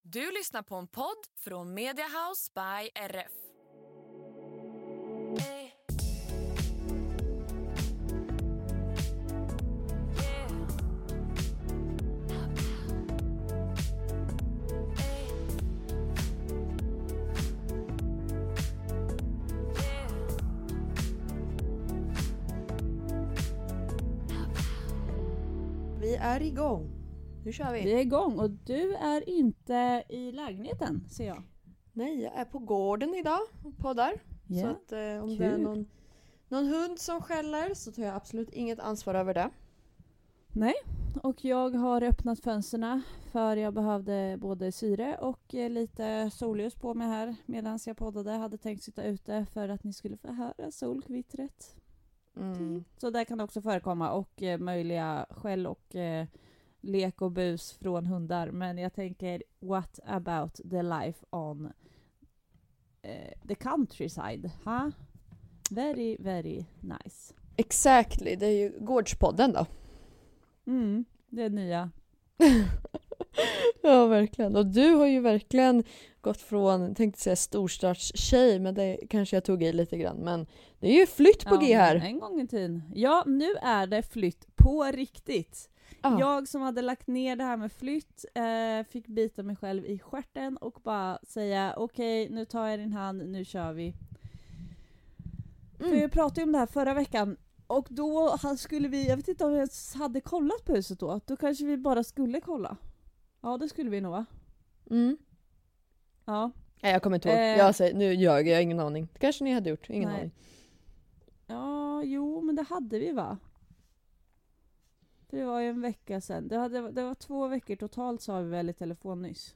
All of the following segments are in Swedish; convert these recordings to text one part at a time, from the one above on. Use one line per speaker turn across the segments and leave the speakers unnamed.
Du lyssnar på en podd från Media House by RF.
Vi är igång. Nu kör vi.
Vi är igång och du är inte i lägenheten, ser jag.
Nej, jag är på gården idag och poddar.
Ja,
Så att om det är någon hund som skäller så tar jag absolut inget ansvar över det.
Nej, och jag har öppnat fönsterna för jag behövde både syre och lite solljus på mig här medan jag poddade. Hade tänkt sitta ute för att ni skulle få höra solkvittret. Så där kan det också förekomma och möjliga skäll och lek och bus från hundar. Men jag tänker, what about the life on the countryside? Huh? Very, very nice.
Exactly, det är ju gårdspodden då.
Det är nya.
Ja, verkligen. Och du har ju verkligen gått från, tänkte säga storstadstjej, men det kanske jag tog i lite grann. Men det är ju flytt på G här.
En gång i tiden. Ja, nu är det flytt på riktigt. Jag som hade lagt ner det här med flytt fick bita mig själv i stjärten och bara säga okej, nu tar jag din hand, nu kör vi. För jag pratade om det här förra veckan och då skulle vi, jag vet inte om jag hade kollat på huset då kanske vi bara skulle kolla. Ja, det skulle vi nog, va? Ja.
Nej, jag kommer inte ihåg. Jag säger, nu ljög jag, ingen aning. Det kanske ni hade gjort, ingen aning.
Ja, jo, men det hade vi, va? För det var ju en vecka sedan. Det var 2 veckor totalt, sa vi väl i telefon nyss.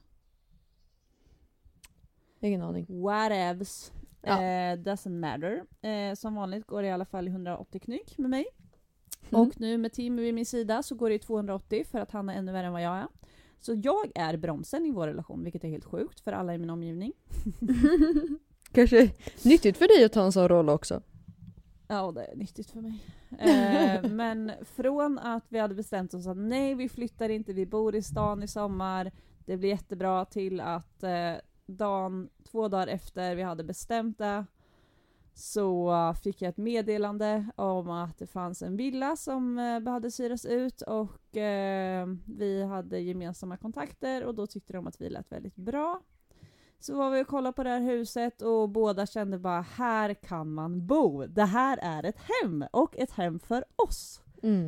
Ingen aning.
Whatevs. Doesn't matter. Som vanligt går det i alla fall i 180 knyck med mig. Och nu med Tim vid min sida så går det i 280 för att han är ännu värre än vad jag är. Så jag är bromsen i vår relation, vilket är helt sjukt för alla i min omgivning.
Kanske nyttigt för dig att ta en sån roll också.
Ja, det är nyttigt för mig. Men från att vi hade bestämt oss att nej, vi flyttar inte, vi bor i stan i sommar, det blir jättebra, till att 2 dagar efter vi hade bestämt det så fick jag ett meddelande om att det fanns en villa som behövde syras ut och vi hade gemensamma kontakter och då tyckte de att vi lät väldigt bra. Så var vi och kollade på det här huset och båda kände bara, här kan man bo. Det här är ett hem och ett hem för oss.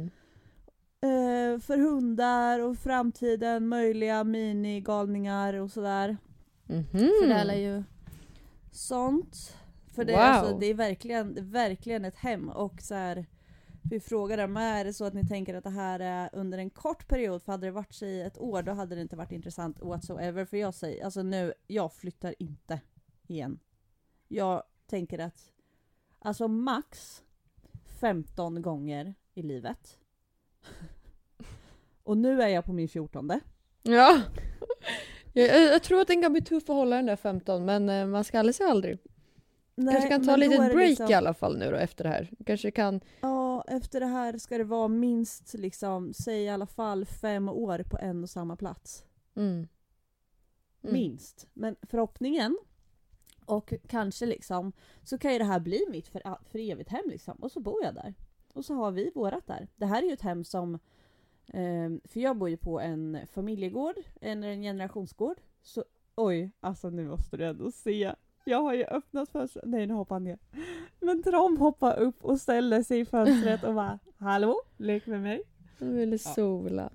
För hundar och framtiden, möjliga minigalningar och sådär. För det är ju sånt. För det, alltså, det är verkligen ett hem. Och så här, vi frågade dem, är det så att ni tänker att det här är under en kort period? För hade det varit i ett år, då hade det inte varit intressant whatsoever. För jag säger, alltså nu, jag flyttar inte igen. Jag tänker att, alltså max 15 gånger i livet. Och nu är jag på min 14:e.
Ja. Jag tror att den kan bli tuff att hålla den där 15, men man ska aldrig. Nej, kanske kan ta en liten break liksom, i alla fall nu då efter det här. Kanske kan...
Ja, efter det här ska det vara minst liksom, säg i alla fall 5 år på en och samma plats. Minst. Men förhoppningen och kanske liksom så kan ju det här bli mitt för evigt hem liksom. Och så bor jag där. Och så har vi vårat där. Det här är ju ett hem som för jag bor ju på en familjegård, en generationsgård. Så oj, alltså nu måste du ändå se. Jag har ju öppnat fönstret. Nej, nu hoppar han ner. Men Trom hoppar upp och ställer sig i fönstret och bara, hallå, lek med mig.
Jag ville sola.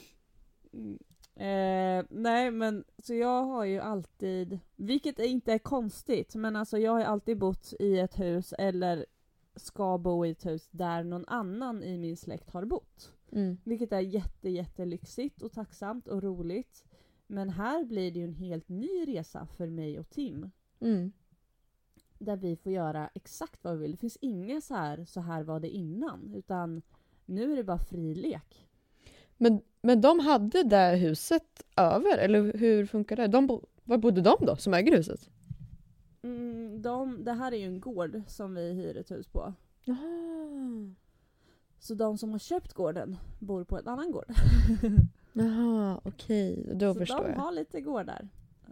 Nej, men så jag har ju alltid, vilket inte är konstigt, men alltså jag har ju alltid bott i ett hus eller ska bo i ett hus där någon annan i min släkt har bott. Vilket är jättelyxigt och tacksamt och roligt. Men här blir det ju en helt ny resa för mig och Tim. Där vi får göra exakt vad vi vill. Det finns inget så här var det innan. Utan nu är det bara fri lek.
Men de hade det huset över? Eller hur funkar det? Var bodde de då som äger huset?
Det här är ju en gård som vi hyr ett hus på.
Jaha.
Så de som har köpt gården bor på en annan gård.
Jaha, okej. Då
så
förstår jag.
Så de har lite gårdar.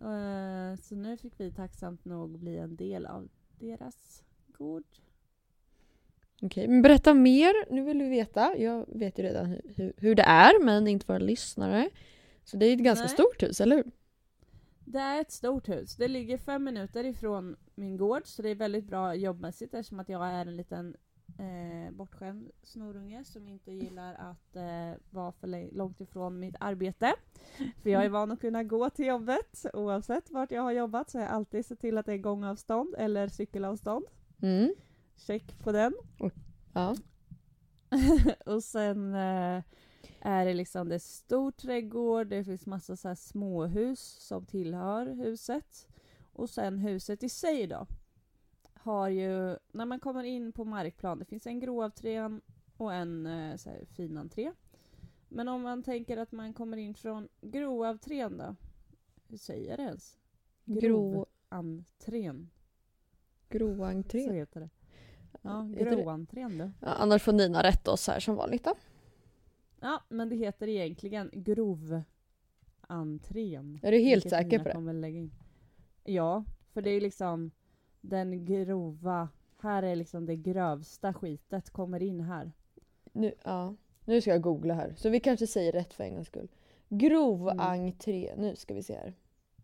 Så nu fick vi tacksamt nog bli en del av deras gård.
Okej, men berätta mer. Nu vill vi veta. Jag vet ju redan hur det är, men inte våra lyssnare. Så det är ett ganska stort hus, eller hur?
Det är ett stort hus. Det ligger 5 minuter ifrån min gård, så det är väldigt bra jobbmässigt eftersom att jag är en liten bortskämd snorunge som inte gillar att vara för långt ifrån mitt arbete. För jag är van att kunna gå till jobbet oavsett vart jag har jobbat, så jag har alltid sett till att det är gångavstånd eller cykelavstånd. Check på den.
Ja.
Och sen är det liksom det är stor trädgård, det finns massa så här småhus som tillhör huset. Och sen huset i sig då har ju, när man kommer in på markplan, det finns en gråavträn och en så här fin entré. Men om man tänker att man kommer in från gråavträn då, hur säger det ens? Gråentrén.
Gråentrén.
Så heter det. Ja, gråentrén då.
Ja, annars får Nina rätta oss här som vanligt då.
Ja, men det heter egentligen groventrén.
Är du helt säker på det?
Lägga in. Ja, för det är liksom den grova, här är liksom det grövsta skitet kommer in här.
Nu ska jag googla här. Så vi kanske säger rätt för en gångs skull. Grov-entré. Nu ska vi se här.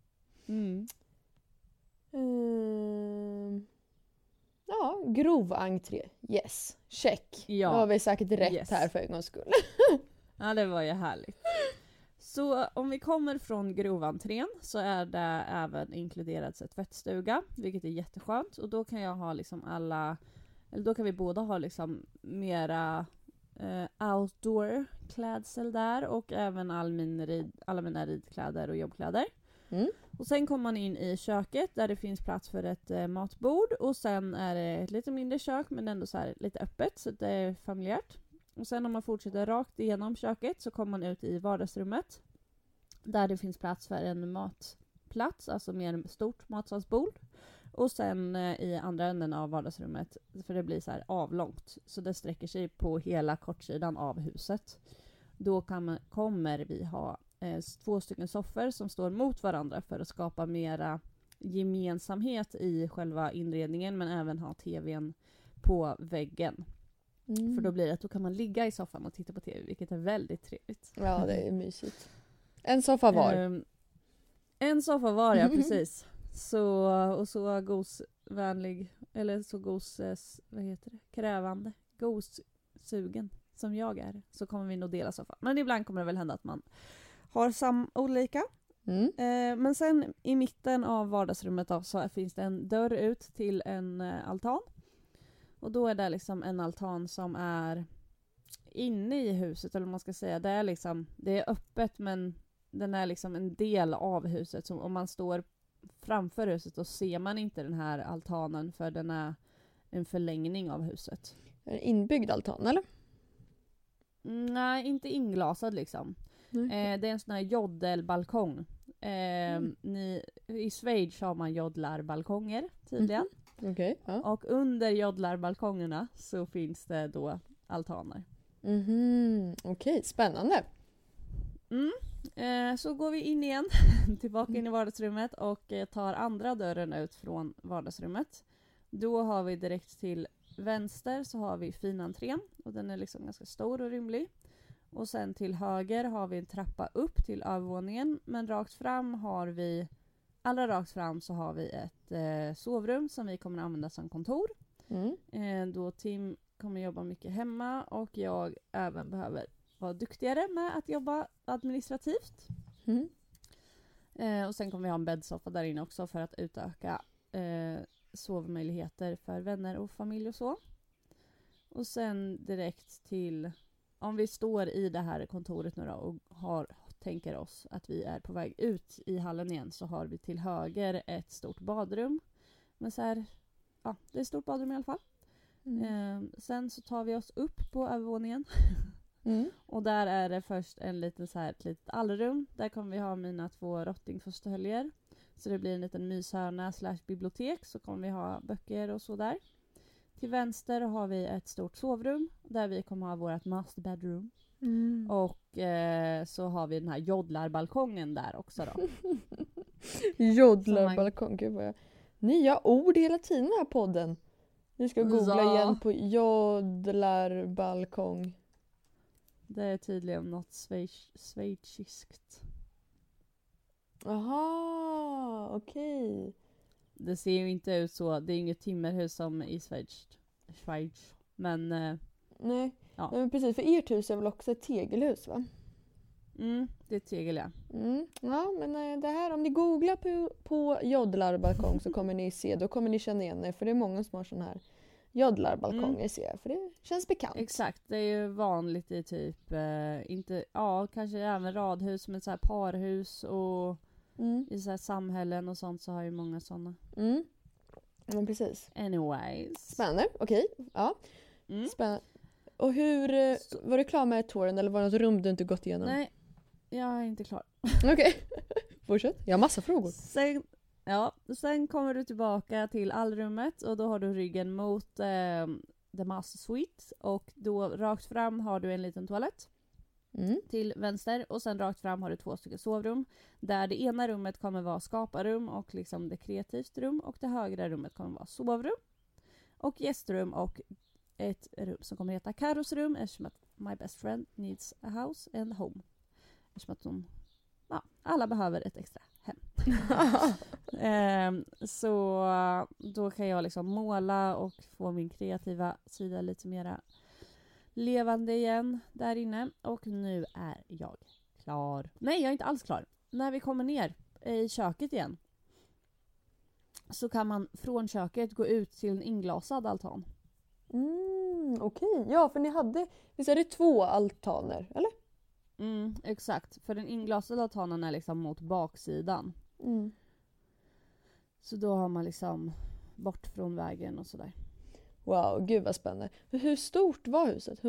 Ja, grov entré. Yes, check.
Ja.
Då har vi säkert rätt här för en gångs skull.
Ja, det var ju härligt. Så om vi kommer från grovantrén så är det även inkluderat ett tvättstuga, vilket är jätteskönt. Och då kan jag ha liksom då kan vi båda ha liksom mera outdoor klädsel där och även alla mina ridkläder och jobbkläder. Och sen kommer man in i köket där det finns plats för ett matbord. Och sen är det ett lite mindre kök men ändå så här lite öppet så det är familjärt. Och sen om man fortsätter rakt igenom köket så kommer man ut i vardagsrummet. Där det finns plats för en matplats, alltså mer stort matsalsbord. Och sen i andra änden av vardagsrummet, för det blir så här avlångt. Så det sträcker sig på hela kortsidan av huset. Då kommer vi ha 2 stycken soffor som står mot varandra för att skapa mera gemensamhet i själva inredningen men även ha tvn på väggen. För då blir det att då kan man ligga i soffan och titta på tv, vilket är väldigt trevligt.
Ja, det är mysigt. En soffa var.
En soffa var, ja, precis. Så gosvänlig, eller så krävande, gossugen som jag är, så kommer vi nog dela soffa. Men ibland kommer det väl hända att man har olika. Men sen i mitten av vardagsrummet då, så finns det en dörr ut till en altan. Och då är det liksom en altan som är inne i huset, eller vad man ska säga. Det är öppet men den är liksom en del av huset. Så om man står framför huset då ser man inte den här altanen för den är en förlängning av huset.
Är det inbyggd altan eller?
Nej, inte inglasad liksom. Det är en sån här joddelbalkong. I Schweiz har man joddlarbalkonger tydligen.
Okay, ja.
Och under joddlarbalkongerna så finns det då altaner.
Okej, spännande.
Så går vi in igen, tillbaka in i vardagsrummet och tar andra dörren ut från vardagsrummet. Då har vi direkt till vänster så har vi finentrén och den är liksom ganska stor och rymlig. Och sen till höger har vi en trappa upp till övervåningen, men allra rakt fram så har vi ett sovrum som vi kommer att använda som kontor. Då Tim kommer jobba mycket hemma och jag även behöver vara duktigare med att jobba administrativt. Och sen kommer vi ha en bäddsoffa där inne också för att utöka sovmöjligheter för vänner och familj och så. Och sen direkt till, om vi står i det här kontoret nu då och tänker oss att vi är på väg ut i hallen igen, så har vi till höger ett stort badrum. Men så här, ja, det är ett stort badrum i alla fall. Sen så tar vi oss upp på övervåningen. Och där är det först ett litet allrum. Där kommer vi ha mina 2 rottingfåstöljer. Så det blir en liten myshörna / bibliotek. Så kommer vi ha böcker och så där. Till vänster har vi ett stort sovrum. Där vi kommer ha vårt master bedroom. Och så har vi den här joddlarbalkongen där också då.
Jodlarbalkong. Gud vad jag... Nya ord hela tiden i den här podden. Nu ska jag googla igen på jodlarbalkong.
Det är tydligen något schweiziskt.
Aha, okej.
Det ser ju inte ut så. Det är inget timmerhus som i Schweiz. Men...
Nej.
Ja.
Nej, men precis. För ert hus är väl också ett tegelhus, va?
Det är tegel, ja.
Ja, men det här, om ni googlar på jodlarbalkong så kommer ni se, då kommer ni känna igen er. För det är många som har sån här jodlarbalkonger, ser jag. För det känns bekant.
Exakt, det är ju vanligt i typ, kanske även radhus, men så här parhus och i så här samhällen och sånt så har ju många såna.
Ja, precis.
Anyways.
Spännande, okej. Ja. Spännande. Och hur, var du klar med touren eller var det något rum du inte gått igenom?
Nej, jag är inte klar.
Okej, fortsätt. Jag har massa frågor.
Sen kommer du tillbaka till allrummet och då har du ryggen mot the master suite och då rakt fram har du en liten toalett till vänster och sen rakt fram har du 2 stycken sovrum där det ena rummet kommer vara skaparrum och liksom det kreativt rum och det högra rummet kommer vara sovrum och gästrum och ett rum som kommer heta Karos rum eftersom att my best friend needs a house and home. Eftersom att alla behöver ett extra hem. Så då kan jag liksom måla och få min kreativa sida lite mera levande igen där inne. Och nu är jag klar. Nej, jag är inte alls klar. När vi kommer ner i köket igen så kan man från köket gå ut till en inglasad altan.
Okej. Ja, för ni hade, visst är det 2 altaner, eller?
Exakt. För den inglasade altanen är liksom mot baksidan. Så då har man liksom bort från vägen och sådär.
Wow, gud vad spännande. Hur stort var huset?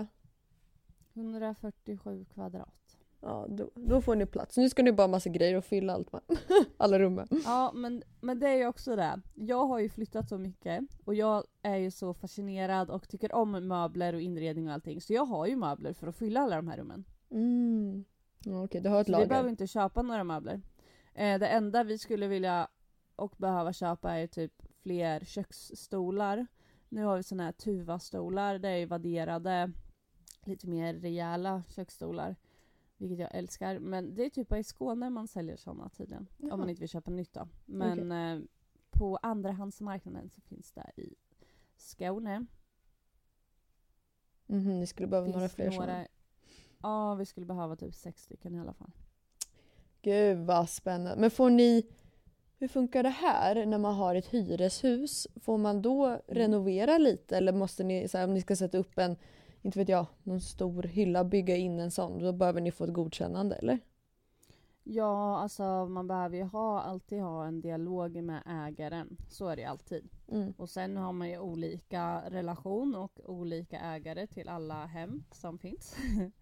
147 kvadrat.
Ja, då får ni plats. Nu ska ni bara ha massa grejer och fylla allt med. Alla rummen.
Ja, men det är ju också det. Jag har ju flyttat så mycket och jag är ju så fascinerad och tycker om möbler och inredning och allting. Så jag har ju möbler för att fylla alla de här rummen.
Okej, du har ett lager.
Vi behöver inte köpa några möbler. Det enda vi skulle vilja och behöva köpa är typ fler köksstolar. Nu har vi såna här tuvastolar. Det är ju vadderade, lite mer rejäla köksstolar. Vilket jag älskar. Men det är typ bara i Skåne man säljer såna tydligen. Om man inte vill köpa nytt då. Men på andrahandsmarknaden så finns det i Skåne.
Ni skulle behöva några fler såna.
Ja, vi skulle behöva typ 6 stycken i alla fall.
Gud vad spännande. Men hur funkar det här när man har ett hyreshus? Får man då renovera lite? Eller måste ni, så här, om ni ska sätta upp en, inte vet jag, någon stor hylla, bygga in en sån, då behöver ni få ett godkännande, eller?
Ja, alltså man behöver ju alltid ha en dialog med ägaren. Så är det alltid. Och sen har man ju olika relation och olika ägare till alla hem som finns.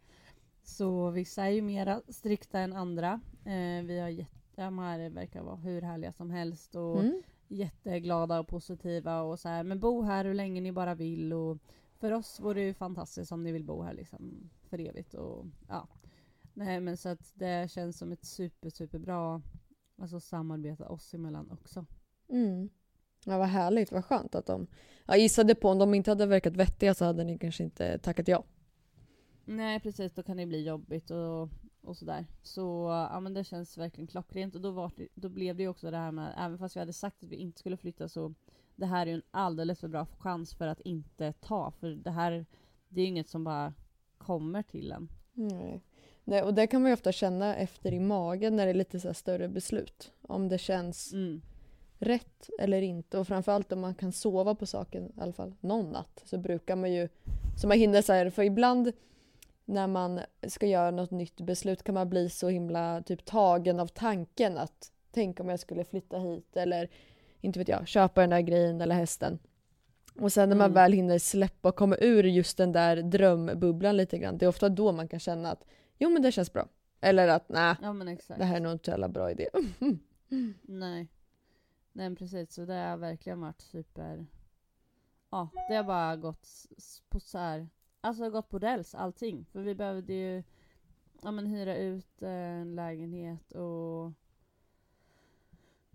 Så vissa är ju mera strikta än andra. Vi har de här verkar vara hur härliga som helst och jätteglada och positiva och så här, men bo här hur länge ni bara vill och för oss vore det ju fantastiskt om ni vill bo här liksom för evigt och ja. Nej, men så att det känns som ett superbra alltså samarbete oss emellan också.
Ja, vad härligt, vad skönt att jag gissade på om de inte hade verkat vettiga så hade ni kanske inte tackat ja.
Nej, precis, då kan det bli jobbigt och sådär. Så ja, men det känns verkligen klockrent och då blev det ju också det här med, även fast vi hade sagt att vi inte skulle flytta så det här är ju en alldeles för bra chans för att inte ta, för det är ju inget som bara kommer till en.
Nej, och det kan man ju ofta känna efter i magen när det är lite så här större beslut. Om det känns rätt eller inte. Och framförallt om man kan sova på saken i alla fall någon natt. Så brukar man ju, så man hinner så här, för ibland när man ska göra något nytt beslut kan man bli så himla typ tagen av tanken att tänk om jag skulle flytta hit eller inte vet jag, köpa den där grejen eller hästen. Och sen när man väl hinner släppa och komma ur just den där drömbubblan lite grann, det är ofta då man kan känna att jo men det känns bra. Eller att nej, det här är nog inte så jävla bra idé.
Nej, precis. Så det har verkligen varit super. Ja, det har bara gått på så här, alltså gått på räls allting. För vi behövde ju hyra ut en lägenhet och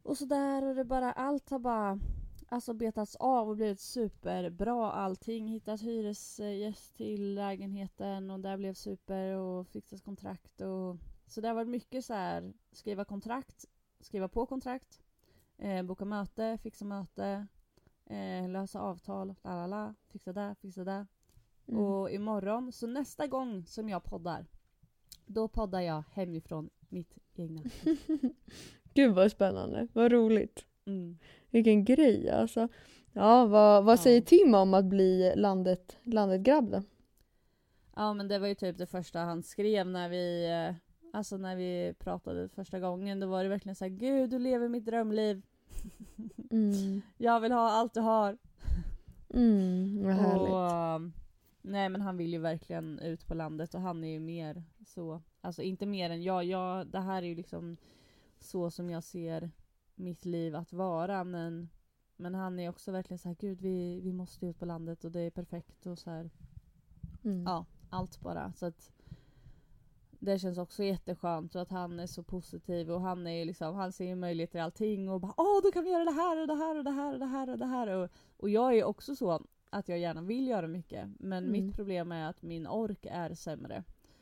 Och sådär, och det bara, allt har bara alltså betats av och blivit superbra allting. Hittat hyresgäst till lägenheten och där blev super och fixat kontrakt. Och så det har varit mycket så här: skriva kontrakt, skriva på kontrakt, boka möte, fixa möte, lösa avtal, lalala, fixa det. Och imorgon, så nästa gång som jag poddar, då poddar jag hemifrån mitt egna.
Gud vad spännande, vad roligt. Vilken grej alltså. Ja, vad säger Tim om att bli landet grabb då?
Ja, men det var ju typ det första han skrev när vi pratade första gången. Då var det verkligen så här: Gud, du lever mitt drömliv. Jag vill ha allt du har.
Vad härligt.
Nej, men han vill ju verkligen ut på landet, och han är ju mer så, alltså inte mer än jag, det här är ju liksom så som jag ser mitt liv att vara, men han är också verkligen så här: Gud, vi måste ut på landet och det är perfekt och så här. Ja, allt bara, så att det känns också jätteskönt, och att han är så positiv, och han är liksom, han ser ju möjligheter i allting och bara då kan vi göra det här och det här och det här och det här och det här, och jag är också så att jag gärna vill göra mycket, men mitt problem är att min ork är sämre.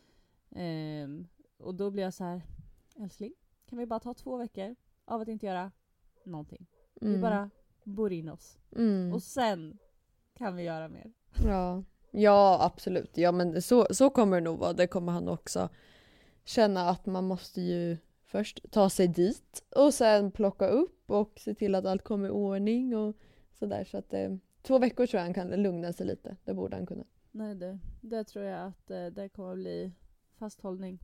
Och då blir jag så här: älskling, kan vi bara ta 2 veckor av att inte göra någonting? Vi bara bor in oss. Och sen kan vi göra mer.
Ja, absolut. Ja, men så kommer det nog vara. Det kommer han också känna, att man måste ju först ta sig dit och sen plocka upp och se till att allt kommer i ordning och sådär. Så att 2 veckor tror jag han kan lugna sig lite. Det borde han kunna.
Nej, det tror jag att det kommer bli fasthållning.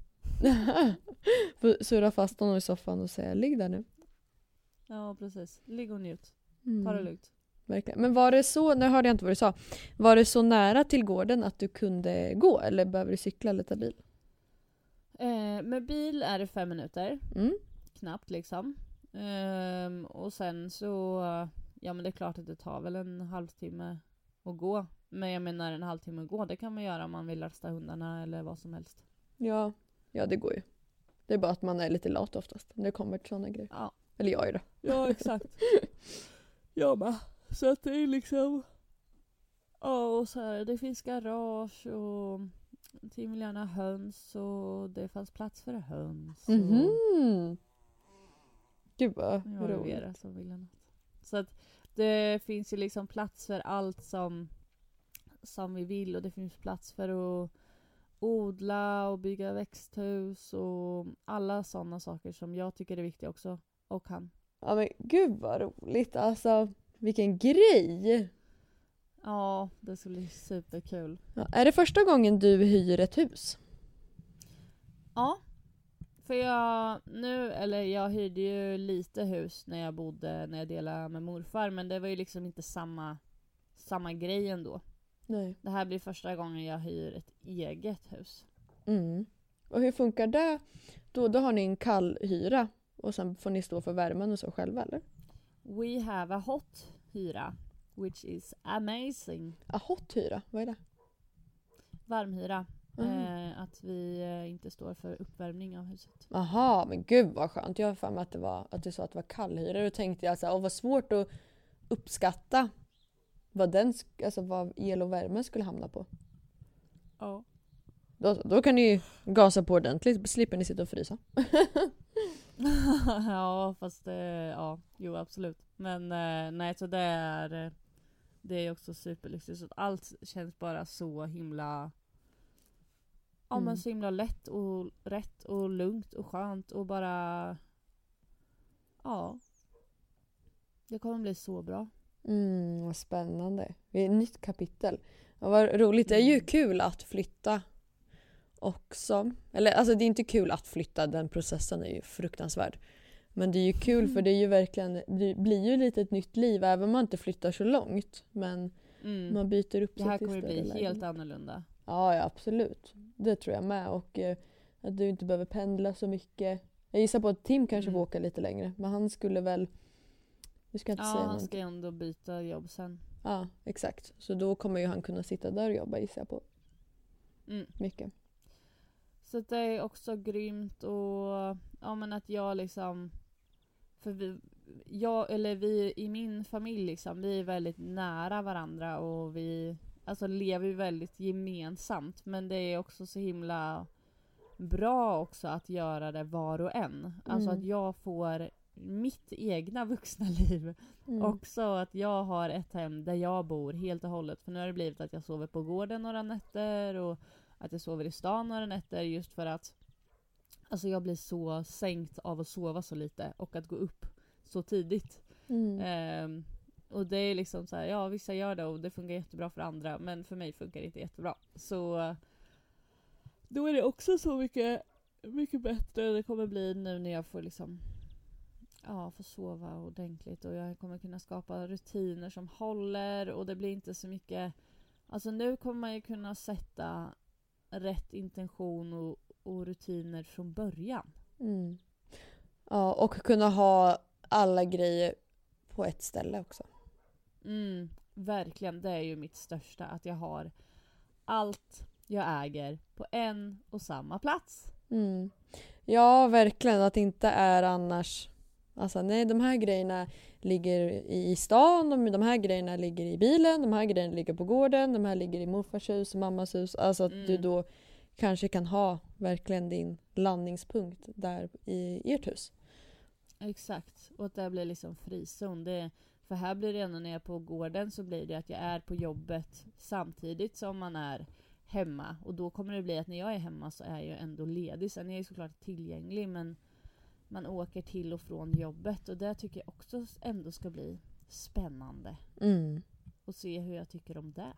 Surra fast honom i soffan och säga: ligg där nu.
Ja, precis. Ligg och njut. Ta det lugnt.
Verkligen. Men var det så, nu hörde jag inte vad du sa, var det så nära till gården att du kunde gå, eller behöver du cykla eller ta bil?
Med bil är det 5 minuter. Knappt liksom. Och sen så, ja, men det är klart att det tar väl en halvtimme att gå. Men jag menar, en halvtimme att gå, det kan man göra om man vill rasta hundarna eller vad som helst.
Ja, det går ju. Det är bara att man är lite lat oftast när det kommer till sådana grejer.
Ja.
Eller jag är det.
Ja, exakt. Jag med. Så att det är liksom, och så här, det finns garage och Tim vill gärna höns och det fanns plats för höns.
Gud vad
roligt. Vera som vill något. Så att det finns ju liksom plats för allt som vi vill, och det finns plats för att odla och bygga växthus och alla sådana saker som jag tycker är viktiga också, och han.
Ja, men gud vad roligt, alltså vilken grej.
Ja, det ska bli superkul.
Ja, är det första gången du hyr ett hus?
Ja, för jag hyrde ju lite hus när jag delade med morfar, men det var ju liksom inte samma grej ändå.
Nej.
Det här blir första gången jag hyr ett eget hus.
Och hur funkar det? Då har ni en kall hyra och sen får ni stå för värmen och så själva, eller?
We have a hot hyra, which is amazing.
A hot hyra? Vad är det?
Varmhyra. Att vi inte står för uppvärmning av huset.
Aha, men gud vad skönt. Jag har för mig att du sa att det var kallhyra. Då tänkte jag vad svårt att uppskatta vad el och värme skulle hamna på.
Ja.
Då kan ni ju gasa på ordentligt. Slipper ni sitta och frysa.
Ja, fast jo absolut. Men nej, så det är också superlyxigt. Så allt känns bara så himla men så himla lätt och rätt och lugnt och skönt och bara det kommer bli så bra.
Vad spännande. Det är ett nytt kapitel. Ja, vad roligt. Det är ju kul att flytta också. Eller alltså det är inte kul att flytta, den processen är ju fruktansvärd. Men det är ju kul för det är ju verkligen, det blir ju lite ett nytt liv även om man inte flyttar så långt. Men man byter upp sig.
Det här kommer bli helt annorlunda.
Ja, absolut. Det tror jag med. Och att du inte behöver pendla så mycket. Jag gissar på att Tim kanske får åka lite längre. Men han skulle väl... Du ska inte säga
han
någonting.
ska ändå byta jobb sen.
Ja, exakt. Så då kommer ju han kunna sitta där och jobba, gissar jag på. Mycket.
Så det är också grymt och men att jag liksom... För vi i min familj liksom, vi är väldigt nära varandra och vi alltså lever ju väldigt gemensamt, men det är också så himla bra också att göra det var och en. Alltså att jag får mitt egna vuxna liv. Också att jag har ett hem där jag bor helt och hållet. För nu har det blivit att jag sover på gården några nätter och att jag sover i stan några nätter, just för att alltså jag blir så sänkt av att sova så lite och att gå upp så tidigt. Och det är liksom så här, ja, vissa gör det och det funkar jättebra för andra, men för mig funkar det inte jättebra. Så då är det också så mycket, mycket bättre det kommer bli nu när jag får liksom får sova ordentligt, och jag kommer kunna skapa rutiner som håller, och det blir inte så mycket, alltså nu kommer man ju kunna sätta rätt intention och rutiner från början.
Ja, och kunna ha alla grejer på ett ställe också.
Verkligen, det är ju mitt största, att jag har allt jag äger på en och samma plats.
Ja, verkligen, att det inte är annars, alltså nej, de här grejerna ligger i stan, de här grejerna ligger i bilen, de här grejerna ligger på gården, de här ligger i morfars hus och mammas hus. Alltså att du då kanske kan ha verkligen din landningspunkt där i ert hus.
Exakt, och att det blir liksom frizon. För här blir det ändå, när jag är på gården så blir det att jag är på jobbet samtidigt som man är hemma. Och då kommer det bli att när jag är hemma så är jag ändå ledig. Sen är jag ju såklart tillgänglig, men man åker till och från jobbet. Och det tycker jag också ändå ska bli spännande. Och se hur jag tycker om det.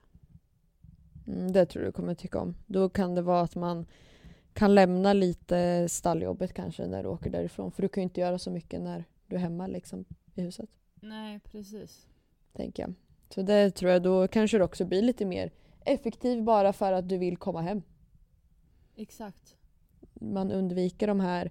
Det tror du kommer tycka om. Då kan det vara att man kan lämna lite stalljobbet kanske när du åker därifrån. För du kan ju inte göra så mycket när du är hemma liksom i huset.
Nej, precis.
Tänker jag. Så det tror jag, då kanske det också blir lite mer effektiv bara för att du vill komma hem.
Exakt.
Man undviker de här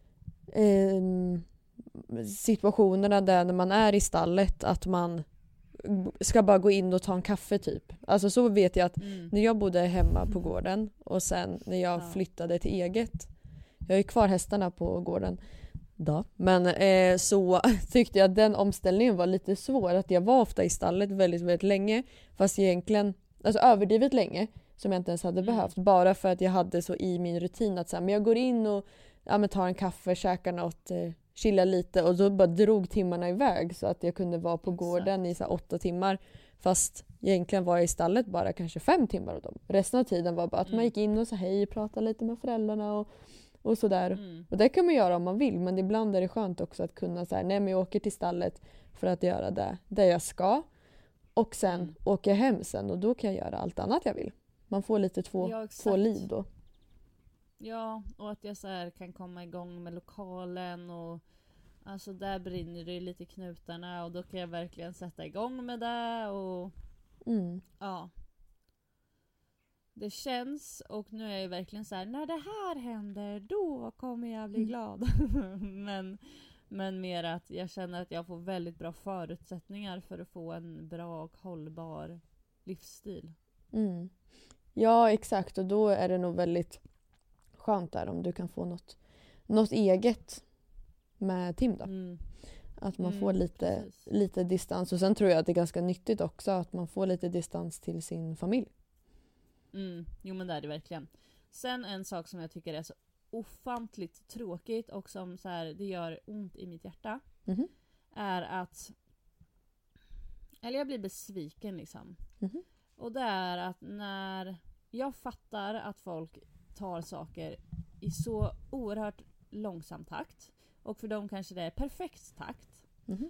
situationerna där när man är i stallet att man ska bara gå in och ta en kaffe typ. Alltså så vet jag att när jag bodde hemma på gården och sen när jag flyttade till eget, jag är kvar hästarna på gården då, men så tyckte jag att den omställningen var lite svår, att jag var ofta i stallet väldigt, väldigt länge, fast egentligen alltså överdrivet länge, som jag inte ens hade behövt, bara för att jag hade så i min rutin att så här, men jag går in och tar en kaffe, käkar något, chilla lite, och då bara drog timmarna iväg så att jag kunde vara på gården i så här 8 timmar, fast egentligen var jag i stallet bara kanske 5 timmar av dem. Resten av tiden var bara att man gick in och sa hej, pratade lite med föräldrarna och sådär. Och det kan man göra om man vill, men ibland är det skönt också att kunna säga nej, men jag åker till stallet för att göra det jag ska, och sen åker jag hem sen, och då kan jag göra allt annat jag vill. Man får lite två liv då.
Ja, och att jag så här kan komma igång med lokalen, och alltså där brinner det lite knutarna, och då kan jag verkligen sätta igång med det, och ja. Det känns, och nu är jag verkligen så här, när det här händer då kommer jag bli glad. men mer att jag känner att jag får väldigt bra förutsättningar för att få en bra och hållbar livsstil.
Ja, exakt, och då är det nog väldigt skönt där om du kan få något eget med Tim då. Att man får lite distans, och sen tror jag att det är ganska nyttigt också att man får lite distans till sin familj.
Jo, men det är det verkligen. Sen en sak som jag tycker är så ofantligt tråkigt och som så här, det gör ont i mitt hjärta är att, eller jag blir besviken liksom. Och det är att när jag fattar att folk tar saker i så oerhört långsam takt, och för dem kanske det är perfekt takt,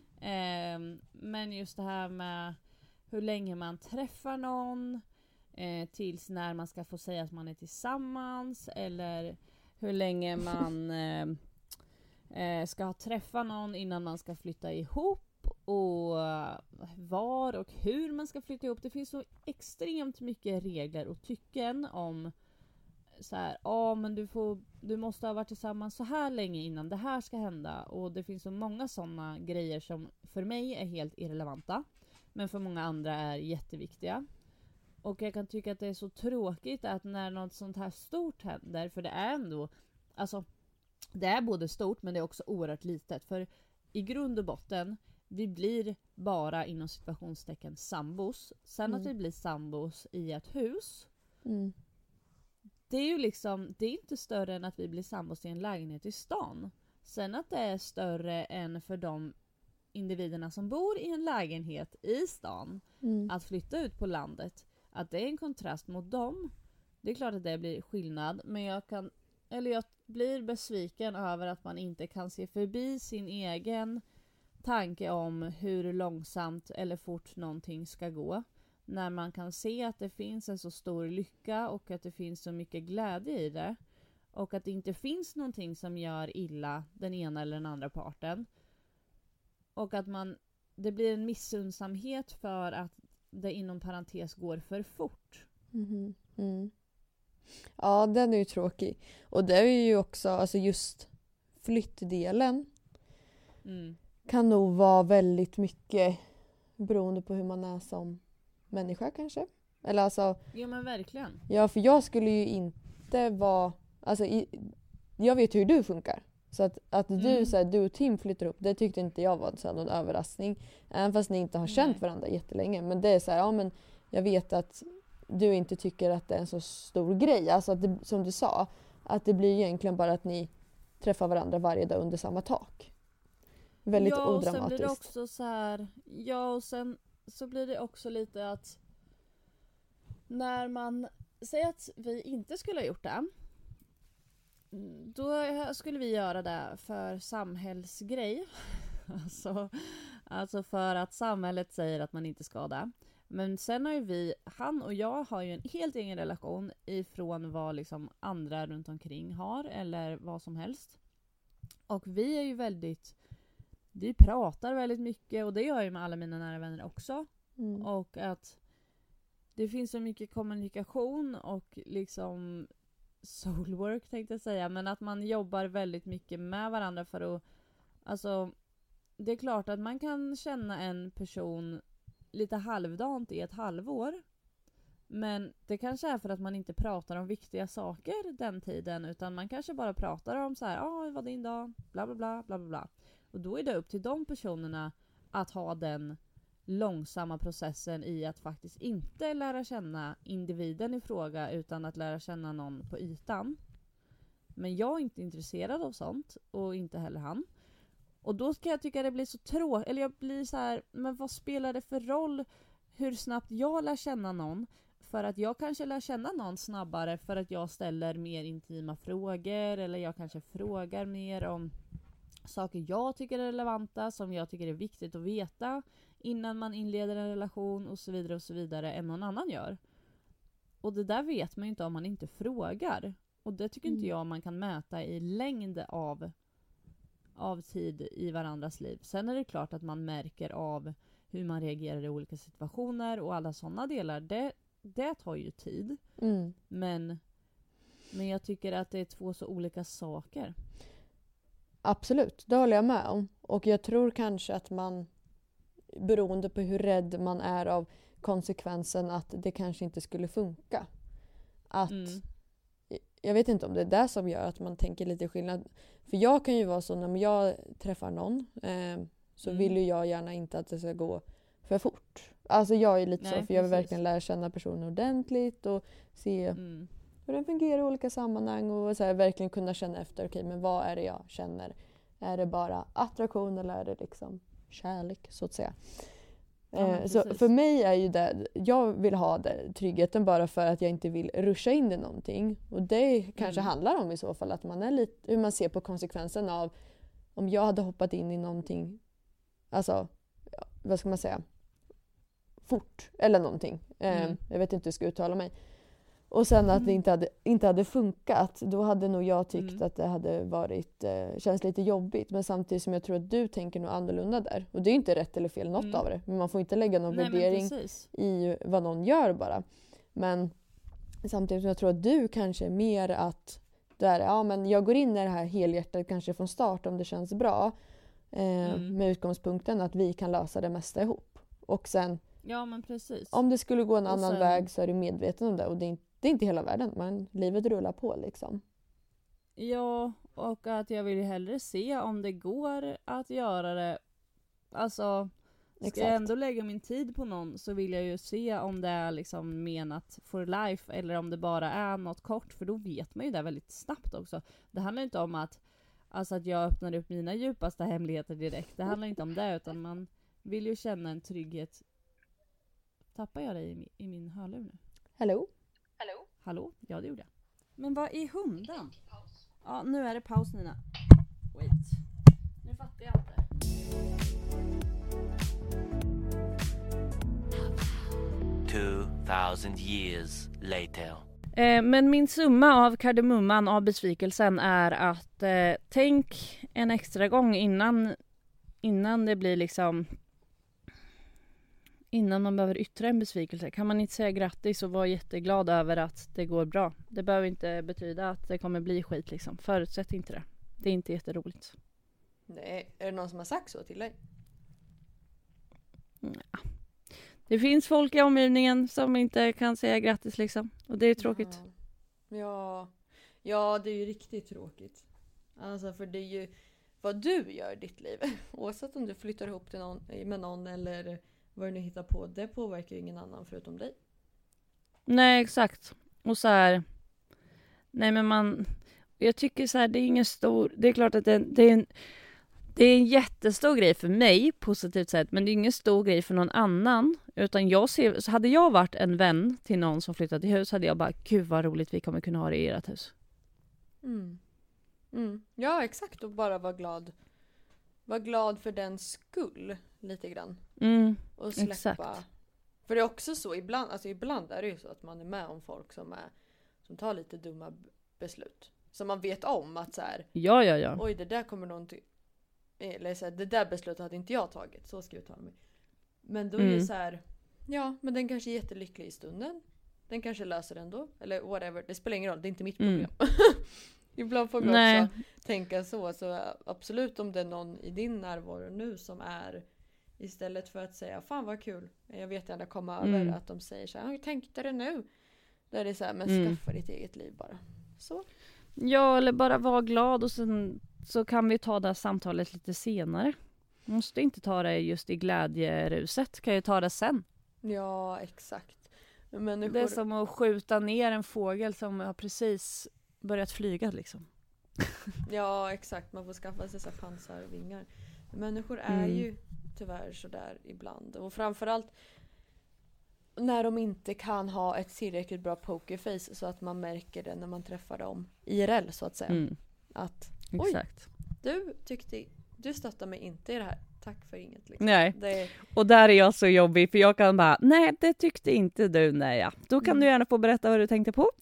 men just det här med hur länge man träffar någon, tills när man ska få säga att man är tillsammans, eller hur länge man ska träffa någon innan man ska flytta ihop, och var och hur man ska flytta ihop. Det finns så extremt mycket regler och tycken om så här, men du måste ha varit tillsammans så här länge innan det här ska hända, och det finns så många sådana grejer som för mig är helt irrelevanta, men för många andra är jätteviktiga. Och jag kan tycka att det är så tråkigt att när något sånt här stort händer, för det är ändå, alltså det är både stort men det är också oerhört litet, för i grund och botten, vi blir bara inom situationstecken sambos. Sen att vi blir sambos i ett hus, det är ju liksom, det är inte större än att vi blir sambos i en lägenhet i stan. Sen att det är större än för de individerna som bor i en lägenhet i stan att flytta ut på landet, att det är en kontrast mot dem. Det är klart att det blir skillnad, men jag blir besviken över att man inte kan se förbi sin egen tanke om hur långsamt eller fort någonting ska gå. När man kan se att det finns en så stor lycka och att det finns så mycket glädje i det. Och att det inte finns någonting som gör illa den ena eller den andra parten. Och att det blir en missundsamhet för att det inom parentes går för fort.
Ja, den är ju tråkig. Och det är ju också, alltså just flyttdelen kan nog vara väldigt mycket beroende på hur man är som människa kanske. Eller alltså...
Ja, men verkligen.
Ja, för jag skulle ju inte vara... Alltså, jag vet hur du funkar. Så att du och Tim flyttar ihop, det tyckte inte jag var någon överraskning. Även fast ni inte har känt varandra jättelänge. Men det är så här, ja men jag vet att du inte tycker att det är en så stor grej. Alltså att det, som du sa, att det blir egentligen bara att ni träffar varandra varje dag under samma tak. Väldigt odramatiskt.
Ja, och sen blir det också så här... Ja, och sen så blir det också lite att när man säger att vi inte skulle ha gjort det, då skulle vi göra det för samhällsgrej. Alltså för att samhället säger att man inte ska det. Men sen har ju han och jag har ju en helt egen relation ifrån vad liksom andra runt omkring har eller vad som helst. Och vi är ju vi pratar väldigt mycket, och det gör jag ju med alla mina nära vänner också. Och att det finns så mycket kommunikation och liksom soulwork tänkte jag säga, men att man jobbar väldigt mycket med varandra för att, alltså det är klart att man kan känna en person lite halvdant i ett halvår, men det kanske är för att man inte pratar om viktiga saker den tiden, utan man kanske bara pratar om så här, vad var din dag, bla bla bla bla bla. Och då är det upp till de personerna att ha den långsamma processen i att faktiskt inte lära känna individen i fråga, utan att lära känna någon på ytan. Men jag är inte intresserad av sånt, och inte heller han. Och då ska jag tycka det blir så tråkigt, eller jag blir så här, men vad spelar det för roll hur snabbt jag lär känna någon? För att jag kanske lär känna någon snabbare för att jag ställer mer intima frågor, eller jag kanske frågar mer om saker jag tycker är relevanta, som jag tycker är viktigt att veta innan man inleder en relation och så vidare än någon annan gör. Och det där vet man ju inte om man inte frågar. Och det tycker inte jag man kan mäta i längd av tid i varandras liv. Sen är det klart att man märker av hur man reagerar i olika situationer och alla sådana delar. Det tar ju tid. Men jag tycker att det är två så olika saker.
Absolut, det håller jag med om. Och jag tror kanske att man, beroende på hur rädd man är av konsekvensen att det kanske inte skulle funka. Jag vet inte om det är det som gör att man tänker lite skillnad. För jag kan ju vara så, när jag träffar någon så vill ju jag gärna inte att det ska gå för fort. Alltså jag är lite så, för jag vill verkligen lära känna personen ordentligt och se hur den fungerar i olika sammanhang och så här, verkligen kunna känna efter, okej, men vad är det jag känner? Är det bara attraktion eller är det liksom kärlek, så att säga? Så för mig är ju det, jag vill ha tryggheten bara för att jag inte vill ruscha in i någonting. Och det kanske handlar om i så fall att man är lite, hur man ser på konsekvensen av om jag hade hoppat in i någonting, alltså vad ska man säga, fort eller någonting. Jag vet inte hur jag ska uttala mig. Och sen att det inte hade funkat, då hade nog jag tyckt att det hade varit, känns lite jobbigt. Men samtidigt som jag tror att du tänker nog annorlunda där. Och det är ju inte rätt eller fel något av det. Men man får inte lägga någon värdering i vad någon gör bara. Men samtidigt som jag tror att du kanske är mer att men jag går in i det här helhjärtat kanske från start om det känns bra. Med utgångspunkten att vi kan lösa det mesta ihop. Och sen,
ja, men precis.
Om det skulle gå en annan väg så är du medveten om det. Och det är inte hela världen, men livet rullar på liksom.
Ja, och att jag vill hellre se om det går att göra det. Alltså, ska jag ändå lägga min tid på någon så vill jag ju se om det är liksom menat for life eller om det bara är något kort, för då vet man ju det väldigt snabbt också. Det handlar inte om att jag öppnar upp mina djupaste hemligheter direkt. Det handlar inte om det, utan man vill ju känna en trygghet. Tappar jag dig i min hörlur nu?
Hallå?
Hallå? Ja, det gjorde jag. Men vad är hunden? Ja, nu är det paus, Nina. Wait. Nu fattar jag inte.
2000 years later.
Men min summa av kardemumman av besvikelsen är att tänk en extra gång innan det blir liksom, innan man behöver yttra en besvikelse. Kan man inte säga grattis och vara jätteglad över att det går bra? Det behöver inte betyda att det kommer bli skit liksom. Förutsätt inte det. Det är inte jätteroligt.
Nej, är det någon som har sagt så till dig?
Ja. Det finns folk i omgivningen som inte kan säga grattis liksom. Och det är tråkigt.
Ja, det är ju riktigt tråkigt. Alltså, för det är ju vad du gör i ditt liv. Oavsett om du flyttar ihop till med någon eller vad du nu hittar på. Det påverkar ju ingen annan förutom dig.
Nej, exakt. Och så här. Nej, men jag tycker så här, det är ingen stor. Det är klart att det är en jättestor grej för mig, positivt sett, men det är ingen stor grej för någon annan. Utan så hade jag varit en vän till någon som flyttat till hus, hade jag bara, gud vad roligt vi kommer kunna ha det i ert hus.
Ja, exakt. Och bara vara glad. Var glad för den skull, lite grann. Och släppa.
Exakt.
För det är också så, ibland är det ju så att man är med om folk som tar lite dumma beslut. Så man vet om att så här.
Ja.
Oj, det där kommer någon till. Eller så här, det där beslutet hade inte jag tagit. Så ska jag ta mig. Men då är det så här. Ja, men den kanske är jättelycklig i stunden. Den kanske löser det ändå. Eller whatever. Det spelar ingen roll. Det är inte mitt problem. Ibland får man också tänka så. Så absolut, om det är någon i din närvaro nu som är, istället för att säga fan vad kul, jag vet gärna komma över, att de säger så här, hur tänkte du nu? Då är det så här, men skaffa ditt eget liv bara. Så.
Ja, eller bara vara glad och sen så kan vi ta det här samtalet lite senare. Måste inte ta det just i glädjeruset. Kan ju ta det sen.
Ja, exakt.
Det är som att skjuta ner en fågel som har precis börjat flyga liksom.
Ja, exakt. Man får skaffa sig så pansarvingar. Människor är ju tyvärr så där ibland. Och framförallt när de inte kan ha ett tillräckligt bra pokerface så att man märker det när man träffar dem IRL, så att säga. Att,
exakt.
Du stöttar mig inte i det här. Tack för inget. Liksom.
Nej, och där är jag så jobbig, för jag kan bara, nej det tyckte inte du, nej ja. Då kan du gärna få berätta vad du tänkte på.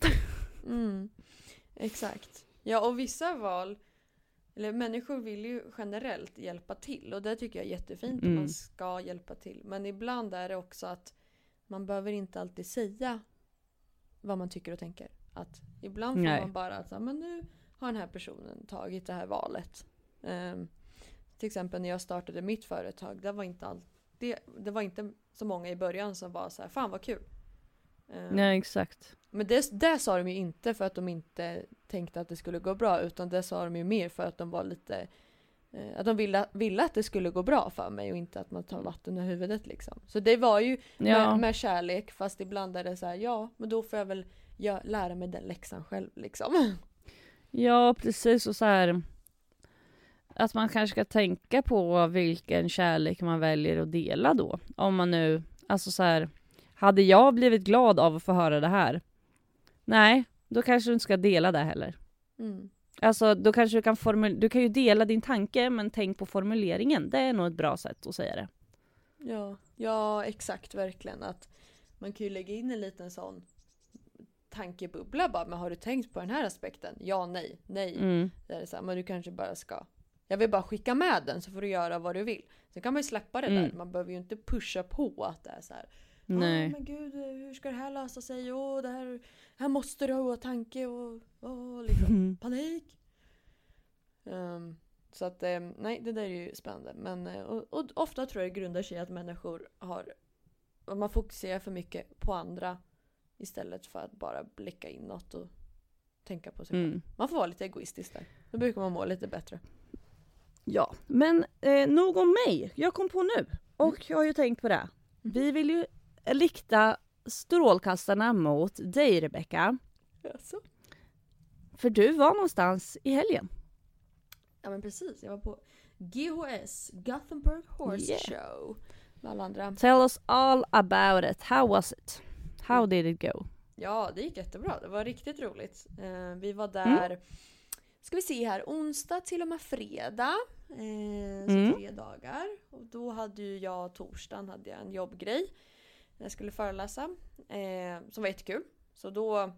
Exakt. Ja, och vissa val, eller människor vill ju generellt hjälpa till. Och det tycker jag är jättefint att man ska hjälpa till. Men ibland är det också att man behöver inte alltid säga vad man tycker och tänker. Att ibland får man bara att men nu har den här personen tagit det här valet. Till exempel när jag startade mitt företag, det var inte så många i början som var så här, fan vad kul.
Nej, exakt.
Men det sa de ju inte för att de inte tänkte att det skulle gå bra, utan det sa de ju mer för att de var lite att de ville att det skulle gå bra för mig och inte att man tar vatten ur huvudet liksom. Så det var ju med kärlek, fast ibland är det så här, men då får jag väl lära mig den läxan själv liksom. Ja,
precis, och så här att man kanske ska tänka på vilken kärlek man väljer att dela då. Om man nu, alltså så här, hade jag blivit glad av att få höra det här? Nej, då kanske du inte ska dela det heller. Alltså då kanske du kan ju dela din tanke, men tänk på formuleringen. Det är nog ett bra sätt att säga det.
Ja, exakt, verkligen. Att man kan ju lägga in en liten sån tankebubbla bara, men har du tänkt på den här aspekten? Ja, nej. Det är så här, men du kanske bara ska. Jag vill bara skicka med den så får du göra vad du vill. Sen kan man ju släppa det där. Man behöver ju inte pusha på att det är så här. Nej. Men gud, hur ska det här lösa sig? Det här måste du ha tanke och liksom panik. Så att nej, det där är ju spännande. Men och ofta tror jag det grundar sig i att människor man fokuserar för mycket på andra istället för att bara blicka inåt och tänka på sig själv. Man får vara lite egoistisk där. Då brukar man må lite bättre.
Ja, men nog om mig. Jag kom på nu. Och jag har ju tänkt på det. Vi vill ju rikta strålkastarna mot dig, Rebecca.
Jaså?
För du var någonstans i helgen.
Ja men precis, jag var på GHS, Gothenburg Horse Show. Med alla andra.
Tell us all about it. How was it? How did it go?
Ja, det gick jättebra. Det var riktigt roligt. Vi var där, ska vi se här, onsdag till och med fredag. Så 3 dagar. Och då hade ju jag, torsdagen hade jag en jobbgrej. Jag skulle föreläsa. Som var jättekul. Så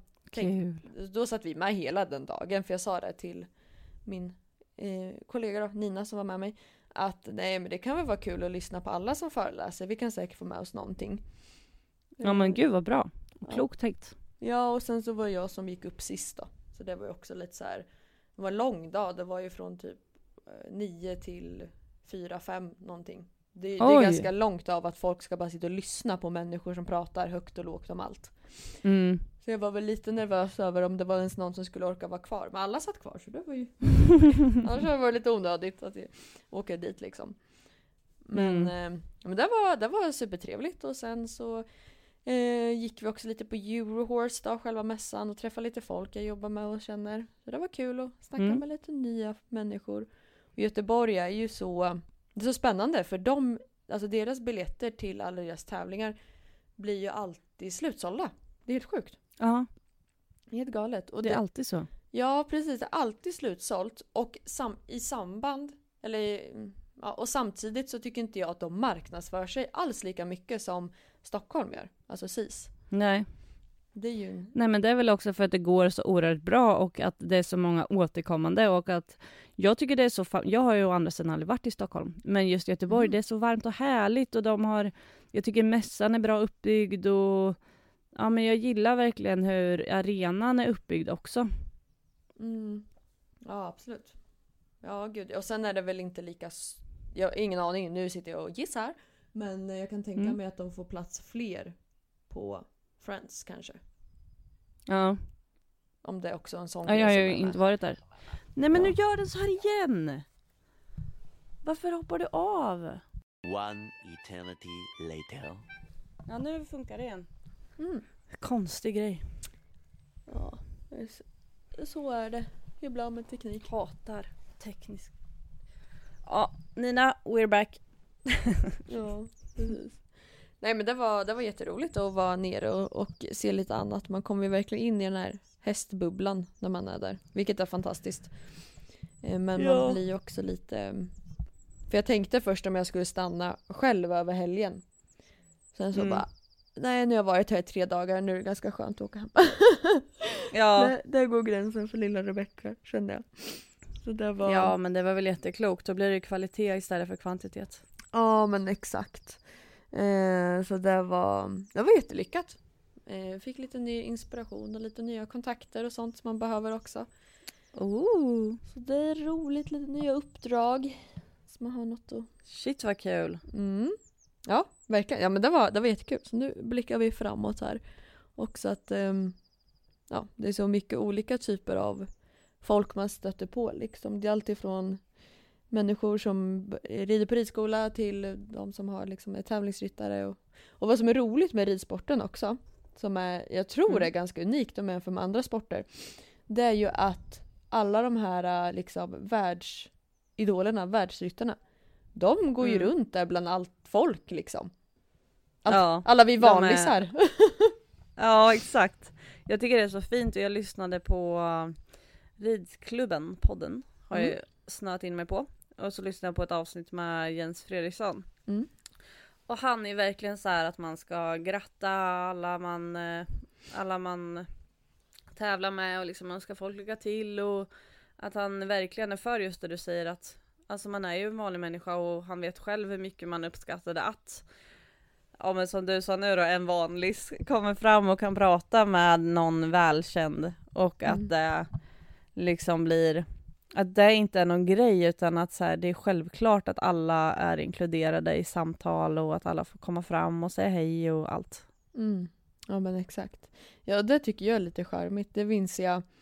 då satt vi med hela den dagen. För jag sa det till min kollega då, Nina som var med mig. Att nej men det kan väl vara kul att lyssna på alla som föreläser. Vi kan säkert få med oss någonting.
Ja men gud vad bra. Klokt tänkt.
Ja och sen så var jag som gick upp sist då. Så det var ju också lite så här. Det var en lång dag. Det var ju från typ 9 till 4-5 någonting. Det är ganska långt av att folk ska bara sitta och lyssna på människor som pratar högt och lågt om allt. Så jag var väl lite nervös över om det var ens någon som skulle orka vara kvar. Men alla satt kvar så det var ju... Annars var det lite onödigt att jag åker dit liksom. Men det var supertrevligt. Och sen så gick vi också lite på Eurohorse då, själva mässan. Och träffade lite folk jag jobbar med och känner. Så det var kul att snacka med lite nya människor. Och Göteborg är ju så... Det är så spännande för deras biljetter till alla deras tävlingar blir ju alltid slutsålda. Det är helt sjukt.
Ja.
Det är helt galet. Och
det är alltid så.
Ja, precis. Det är alltid slutsålt. Och i samband, och samtidigt så tycker inte jag att de marknadsför sig alls lika mycket som Stockholm gör. Alltså SIS.
Nej.
Det är ju...
Nej men det är väl också för att det går så oerhört bra och att det är så många återkommande och att jag tycker det är så jag har ju å andra sidan aldrig varit i Stockholm men just Göteborg det är så varmt och härligt och jag tycker mässan är bra uppbyggd och ja men jag gillar verkligen hur arenan är uppbyggd också.
Ja absolut. Ja gud och sen är det väl inte lika jag har ingen aning, nu sitter jag och gissar men jag kan tänka mig att de får plats fler på Friends kanske.
Ja.
Om det är också en sån
jag har ju inte varit där. Nej men nu gör den så här igen. Varför hoppar du av?
One eternity later.
Ja nu funkar det igen. Konstig grej.
Ja, så är det. Ibland med teknik.
Hatar teknisk. Ja, Nina, we're back.
Ja, precis. Nej men det var jätteroligt att vara nere och se lite annat. Man kommer ju verkligen in i den här hästbubblan när man är där. Vilket är fantastiskt. Men man blir ju också lite... För jag tänkte först om jag skulle stanna själv över helgen. Sen så bara... Nej, nu har jag varit här i 3 dagar. Nu är det ganska skönt att åka hem.
Ja.
Där går gränsen för lilla Rebecca, kände jag. Så det var...
Ja, men det var väl jätteklokt. Då blir det kvalitet istället för kvantitet.
Ja, men exakt. Så det var jättelyckat. Fick lite ny inspiration och lite nya kontakter och sånt som man behöver också. Så det är roligt, lite nya uppdrag. Så man har något att...
Shit vad kul.
Ja, verkligen. Ja, men det var jättekul. Så nu blickar vi framåt här. Också att det är så mycket olika typer av folk man stöter på. Liksom. Det är alltid från människor som rider på ridskola till de som har liksom är tävlingsryttare. Och vad som är roligt med ridsporten också, som jag tror är ganska unikt om man jämför med andra sporter, det är ju att alla de här liksom världsidolerna, världsryttarna, de går ju runt där bland allt folk liksom. Alla vi vanlisar.
Ja, exakt. Jag tycker det är så fint och jag lyssnade på Ridklubben, podden, har jag snöat in mig på. Och så lyssnade jag på ett avsnitt med Jens Fredriksson. Och han är verkligen så här att man ska gratta alla man tävlar med och liksom önska folk lycka till och att han verkligen är för just det du säger att alltså man är ju en vanlig människa och han vet själv hur mycket man uppskattade att men som du sa nu då, en vanlig kommer fram och kan prata med någon välkänd och att det liksom blir att det inte är någon grej utan att så här, det är självklart att alla är inkluderade i samtal och att alla får komma fram och säga hej och allt.
Ja men exakt. Ja det tycker jag är lite charmigt. Det minns jag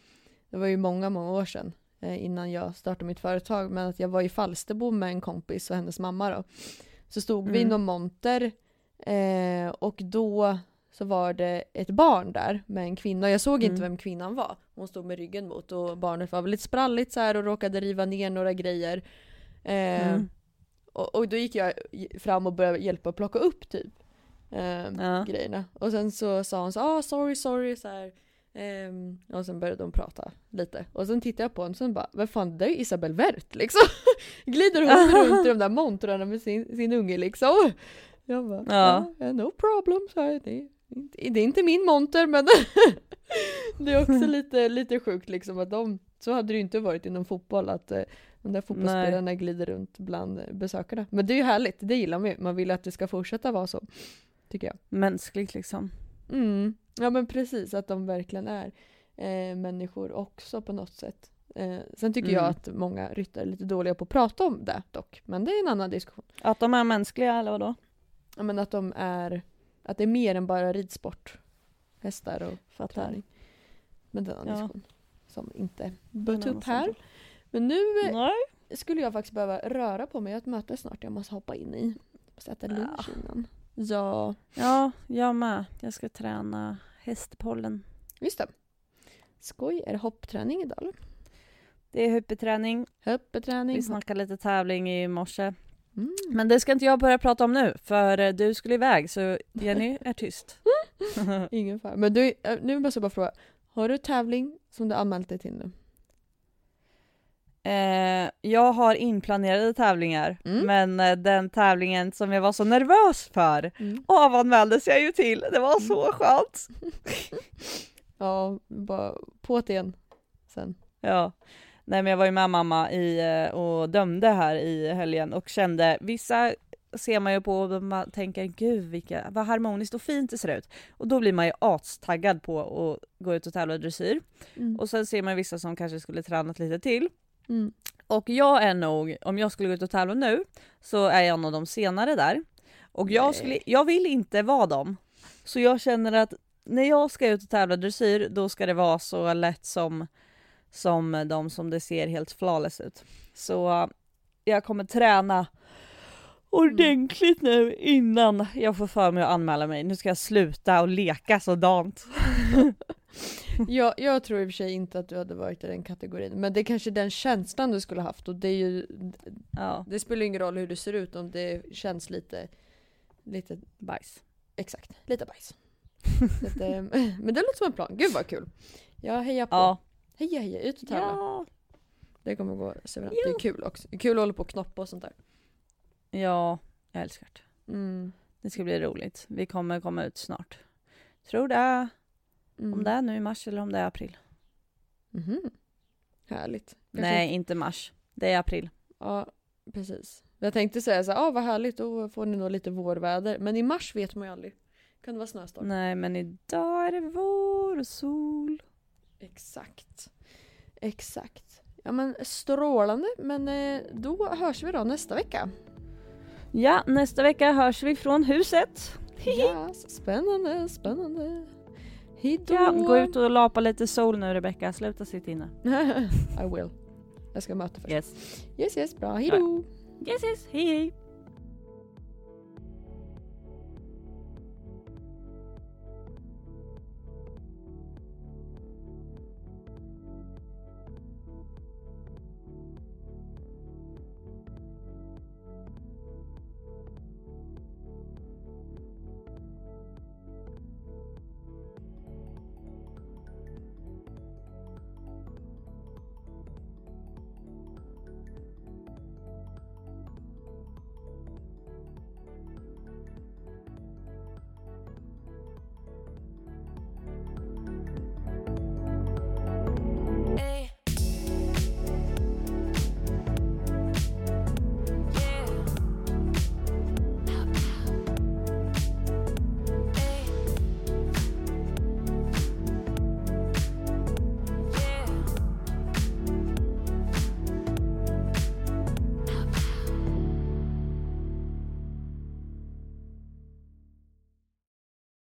det var ju många år sedan innan jag startade mitt företag, men att jag var i Falsterbo med en kompis och hennes mamma då. Så stod vi i någon monter och då så var det ett barn där med en kvinna. Jag såg inte vem kvinnan var. Hon stod med ryggen mot och barnet var väldigt spralligt så här och råkade riva ner några grejer. Och då gick jag fram och började hjälpa att plocka upp typ grejerna. Och sen så sa hon så sorry så här. Och sen började de prata lite. Och sen tittade jag på henne och sen bara, vad fan, det är Isabel Wert liksom. Glider hon runt i de där montrarna med sin unge liksom. Jag bara, no problem. Så här, det är inte min monter, men det är också lite sjukt liksom att så hade det ju inte varit inom fotboll att de där fotbollsspelarna glider runt bland besökarna. Men det är ju härligt, det gillar man ju. Man vill att det ska fortsätta vara så, tycker jag.
Mänskligt liksom.
Ja men precis, att de verkligen är människor också på något sätt. Sen tycker jag att många ryttare är lite dåliga på att prata om det dock. Men det är en annan diskussion.
Att de är mänskliga eller vadå?
Ja men att det är mer än bara ridsport. Hästar och träning. Men det är en annan diskussion som inte bör ta upp här. Men nu skulle jag faktiskt behöva röra på mig. Jag har ett möte snart jag måste hoppa in i. Och äta lunch innan. Ja,
jag med. Jag ska träna hästpollen.
Just det. Skoj, är det hoppträning idag eller?
Det är hoppeträning. Vi snackade lite tävling i morse. Men det ska inte jag börja prata om nu. För du skulle iväg så Jenny är tyst.
Ingen fara. Men nu måste jag bara fråga. Har du tävling som du anmält dig till nu?
Jag har inplanerade tävlingar. Men den tävlingen som jag var så nervös för avanmäldes jag ju till. Det var så skönt.
Ja, bara på det igen sen.
Ja. Nej, men jag var ju med mamma och dömde här i helgen och kände, vissa ser man ju på och man tänker, gud vad harmoniskt och fint det ser ut. Och då blir man ju astaggad på att gå ut och tävla dressyr. Och sen ser man vissa som kanske skulle tränat lite till. Och jag är nog, om jag skulle gå ut och tävla nu, så är jag en av de senare där. Och jag vill inte vara dem. Så jag känner att när jag ska ut och tävla dressyr, då ska det vara så lätt som de som det ser helt flawless ut. Så jag kommer träna ordentligt nu innan jag får för mig att anmäla mig. Nu ska jag sluta och leka sådant.
Jag tror i och för sig inte att du hade varit i den kategorin. Men det är kanske den känslan du skulle haft. Och det är ju, det spelar ingen roll hur det ser ut om det känns lite
bajs.
Exakt, lite bajs. Men det låter som en plan. Gud vad kul. Jag hejar på.
Ja.
Heja, ut och tävla.
Ja.
Det kommer gå suveränt. Det är kul också. Det är kul att hålla på och knoppa och sånt där.
Ja, jag älskar det. Det ska bli roligt. Vi kommer komma ut snart. Tror det. Om det är nu i mars eller om det är april.
Härligt.
Nej, inte mars. Det är april.
Ja, precis. Jag tänkte säga så här, vad härligt, då får ni nog lite vårväder. Men i mars vet man ju aldrig. Kan det vara snöstorm?
Nej, men idag är det vår och sol.
Exakt. Ja men strålande, men då hörs vi då nästa vecka.
Ja, nästa vecka hörs vi från huset.
Ja, spännande. Hejdå.
Ja, gå ut och lapa lite sol nu Rebecca, sluta sitta inne.
I will. Jag ska möta först.
Yes,
Bra, hejdå.
Yes, hej.